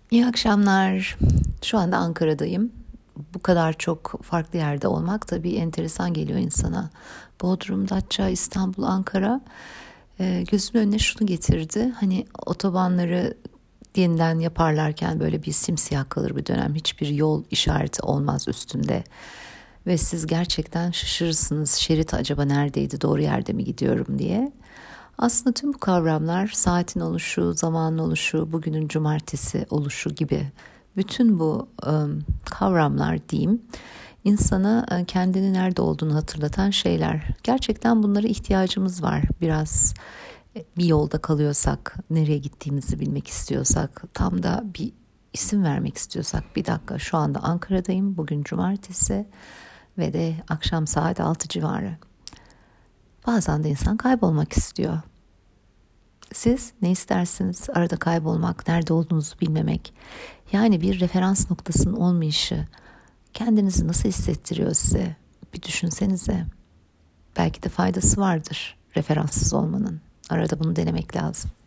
İyi akşamlar. Şu anda Ankara'dayım. Bu kadar çok farklı yerde olmak da bir enteresan geliyor insana. Bodrum, Datça, İstanbul, Ankara gözümün önüne şunu getirdi. Hani otobanları yeniden yaparlarken böyle bir simsiyah kalır bir dönem. Hiçbir yol işareti olmaz üstünde. Ve siz gerçekten şaşırırsınız. Şerit acaba neredeydi, doğru yerde mi gidiyorum diye. Aslında tüm bu kavramlar saatin oluşu, zamanın oluşu, bugünün cumartesi oluşu gibi bütün bu kavramlar diyeyim insana kendini nerede olduğunu hatırlatan şeyler. Gerçekten bunlara ihtiyacımız var. Biraz bir yolda kalıyorsak, nereye gittiğimizi bilmek istiyorsak, tam da bir isim vermek istiyorsak bir dakika şu anda Ankara'dayım, bugün cumartesi ve de akşam saat 6 civarı. Bazen de insan kaybolmak istiyor. Siz ne istersiniz? Arada kaybolmak, nerede olduğunuzu bilmemek. Yani bir referans noktasının olmayışı kendinizi nasıl hissettiriyor size? Bir düşünsenize. Belki de faydası vardır referanssız olmanın. Arada bunu denemek lazım.